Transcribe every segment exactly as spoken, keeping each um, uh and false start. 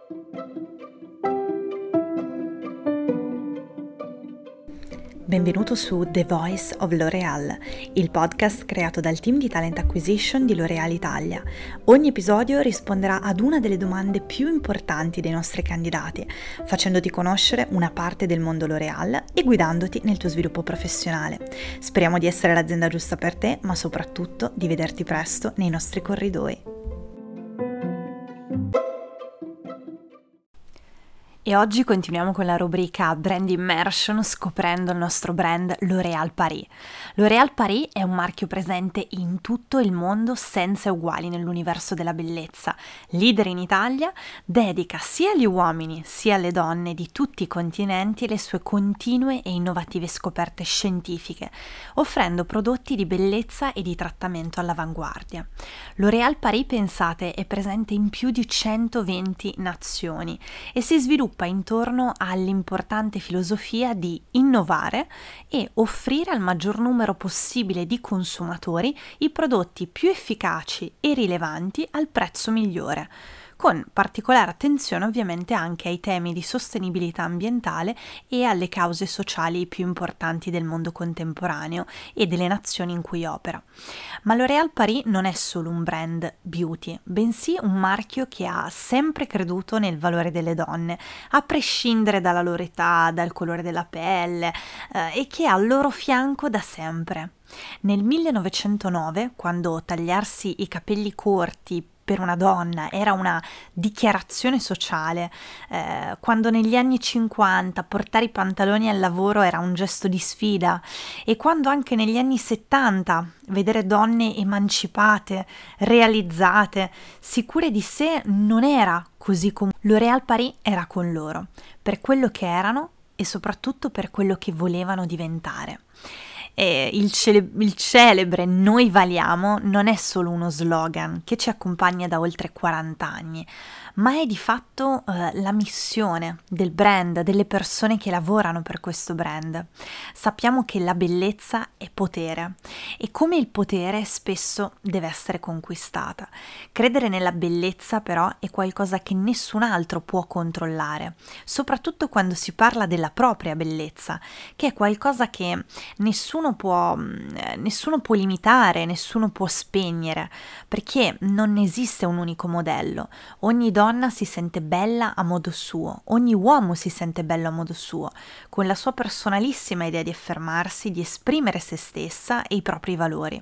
Benvenuto su The Voice of L'Oréal, il podcast creato dal team di Talent Acquisition di L'Oréal Italia. Ogni episodio risponderà ad una delle domande più importanti dei nostri candidati, facendoti conoscere una parte del mondo L'Oréal e guidandoti nel tuo sviluppo professionale. Speriamo di essere l'azienda giusta per te, ma soprattutto di vederti presto nei nostri corridoi. E oggi continuiamo con la rubrica Brand Immersion scoprendo il nostro brand L'Oréal Paris. L'Oréal Paris è un marchio presente in tutto il mondo senza uguali nell'universo della bellezza. Leader in Italia, dedica sia agli uomini sia alle donne di tutti i continenti le sue continue e innovative scoperte scientifiche, offrendo prodotti di bellezza e di trattamento all'avanguardia. L'Oréal Paris, pensate, è presente in più di centoventi nazioni e si sviluppa intorno all'importante filosofia di innovare e offrire al maggior numero possibile di consumatori i prodotti più efficaci e rilevanti al prezzo migliore, con particolare attenzione ovviamente anche ai temi di sostenibilità ambientale e alle cause sociali più importanti del mondo contemporaneo e delle nazioni in cui opera. Ma L'Oréal Paris non è solo un brand beauty, bensì un marchio che ha sempre creduto nel valore delle donne, a prescindere dalla loro età, dal colore della pelle, eh, e che è al loro fianco da sempre. Nel millenovecentonove, quando tagliarsi i capelli corti per una donna era una dichiarazione sociale, eh, quando negli anni cinquanta portare i pantaloni al lavoro era un gesto di sfida e quando anche negli anni settanta vedere donne emancipate, realizzate, sicure di sé non era così comune. L'Oréal Paris era con loro, per quello che erano e soprattutto per quello che volevano diventare. E il, cele- il celebre "Noi valiamo" non è solo uno slogan che ci accompagna da oltre quaranta anni, ma è di fatto eh, la missione del brand, delle persone che lavorano per questo brand. Sappiamo che la bellezza è potere e come il potere spesso deve essere conquistata. Credere nella bellezza però è qualcosa che nessun altro può controllare, soprattutto quando si parla della propria bellezza, che è qualcosa che nessuno può, nessuno può limitare, nessuno può spegnere, perché non esiste un unico modello. Ogni donna si sente bella a modo suo, ogni uomo si sente bello a modo suo, con la sua personalissima idea di affermarsi, di esprimere se stessa e i propri valori.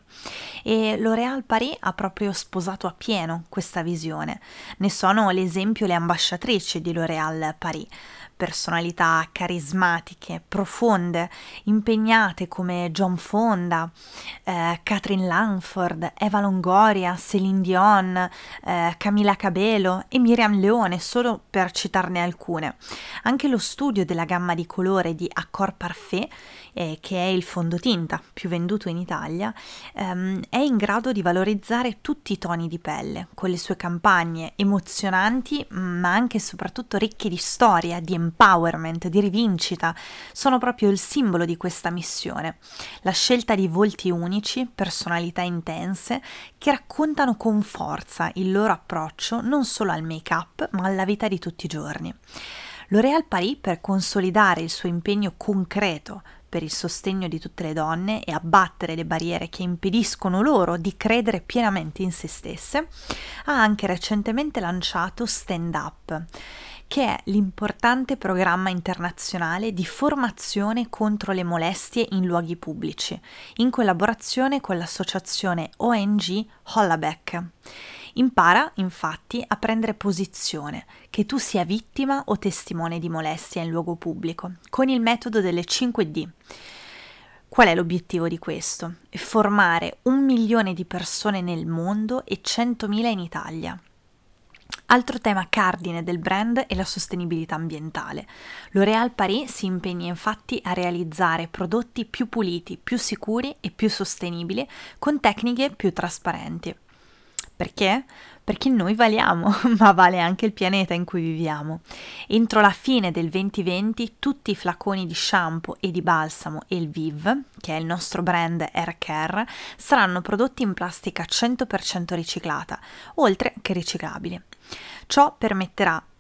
E L'Oréal Paris ha proprio sposato appieno questa visione. Ne sono l'esempio le ambasciatrici di L'Oréal Paris. Personalità carismatiche, profonde, impegnate come Jane Fonda, eh, Catherine Langford, Eva Longoria, Céline Dion, eh, Camila Cabello e Miriam Leone, solo per citarne alcune. Anche lo studio della gamma di colore di Accor Parfait, eh, che è il fondotinta più venduto in Italia, ehm, è in grado di valorizzare tutti i toni di pelle, con le sue campagne emozionanti, ma anche e soprattutto ricche di storia, di empowerment, di rivincita. Sono proprio il simbolo di questa missione. La scelta di volti unici, personalità intense, che raccontano con forza il loro approccio non solo al make-up, ma alla vita di tutti i giorni. L'Oréal Paris, per consolidare il suo impegno concreto per il sostegno di tutte le donne e abbattere le barriere che impediscono loro di credere pienamente in se stesse, ha anche recentemente lanciato Stand Up, che è l'importante programma internazionale di formazione contro le molestie in luoghi pubblici, in collaborazione con l'associazione O N G Hollaback. Impara, infatti, a prendere posizione, che tu sia vittima o testimone di molestia in luogo pubblico, con il metodo delle cinque D. Qual è l'obiettivo di questo? È formare un milione di persone nel mondo e centomila in Italia. Altro tema cardine del brand è la sostenibilità ambientale. L'Oréal Paris si impegna infatti a realizzare prodotti più puliti, più sicuri e più sostenibili con tecniche più trasparenti. Perché? Perché noi valiamo, ma vale anche il pianeta in cui viviamo. Entro la fine del duemilaventi tutti i flaconi di shampoo e di balsamo Elvive, che è il nostro brand Hair Care, saranno prodotti in plastica cento per cento riciclata, oltre che riciclabili. Ciò permetterà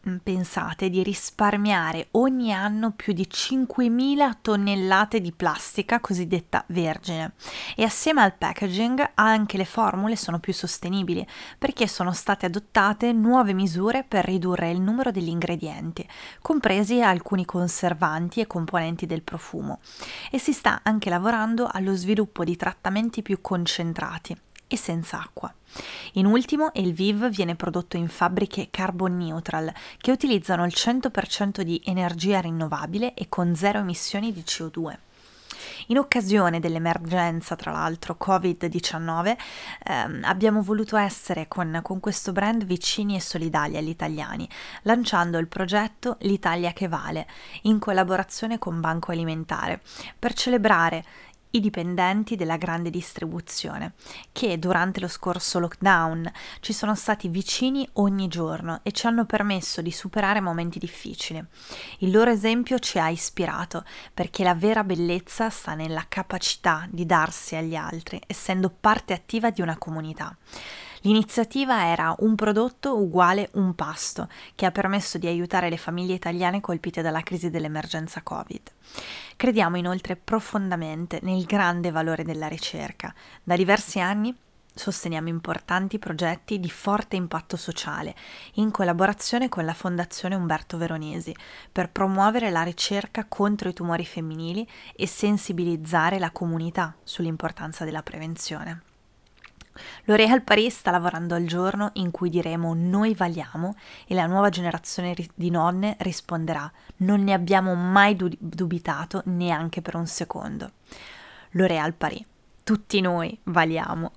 mm, pensate di risparmiare ogni anno più di cinquemila tonnellate di plastica cosiddetta vergine e assieme al packaging anche le formule sono più sostenibili perché sono state adottate nuove misure per ridurre il numero degli ingredienti, compresi alcuni conservanti e componenti del profumo, e si sta anche lavorando allo sviluppo di trattamenti più concentrati e senza acqua. In ultimo, il Viv viene prodotto in fabbriche carbon neutral che utilizzano il cento per cento di energia rinnovabile e con zero emissioni di C O due. In occasione dell'emergenza, tra l'altro, covid diciannove, ehm, abbiamo voluto essere con, con questo brand vicini e solidali agli italiani, lanciando il progetto L'Italia che vale, in collaborazione con Banco Alimentare, per celebrare i dipendenti della grande distribuzione, che durante lo scorso lockdown ci sono stati vicini ogni giorno e ci hanno permesso di superare momenti difficili. Il loro esempio ci ha ispirato, perché la vera bellezza sta nella capacità di darsi agli altri, essendo parte attiva di una comunità. L'iniziativa era un prodotto uguale un pasto, che ha permesso di aiutare le famiglie italiane colpite dalla crisi dell'emergenza Covid. Crediamo inoltre profondamente nel grande valore della ricerca. Da diversi anni sosteniamo importanti progetti di forte impatto sociale, in collaborazione con la Fondazione Umberto Veronesi, per promuovere la ricerca contro i tumori femminili e sensibilizzare la comunità sull'importanza della prevenzione. L'Oréal Paris sta lavorando al giorno in cui diremo noi valiamo e la nuova generazione di nonne risponderà non ne abbiamo mai du- dubitato neanche per un secondo. L'Oréal Paris, tutti noi valiamo.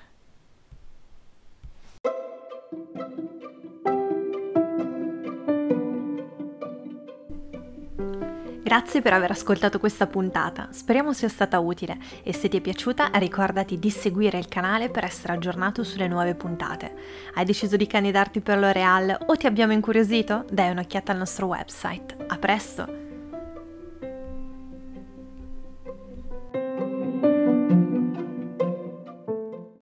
Grazie per aver ascoltato questa puntata, speriamo sia stata utile e se ti è piaciuta ricordati di seguire il canale per essere aggiornato sulle nuove puntate. Hai deciso di candidarti per L'Oréal o ti abbiamo incuriosito? Dai un'occhiata al nostro website. A presto!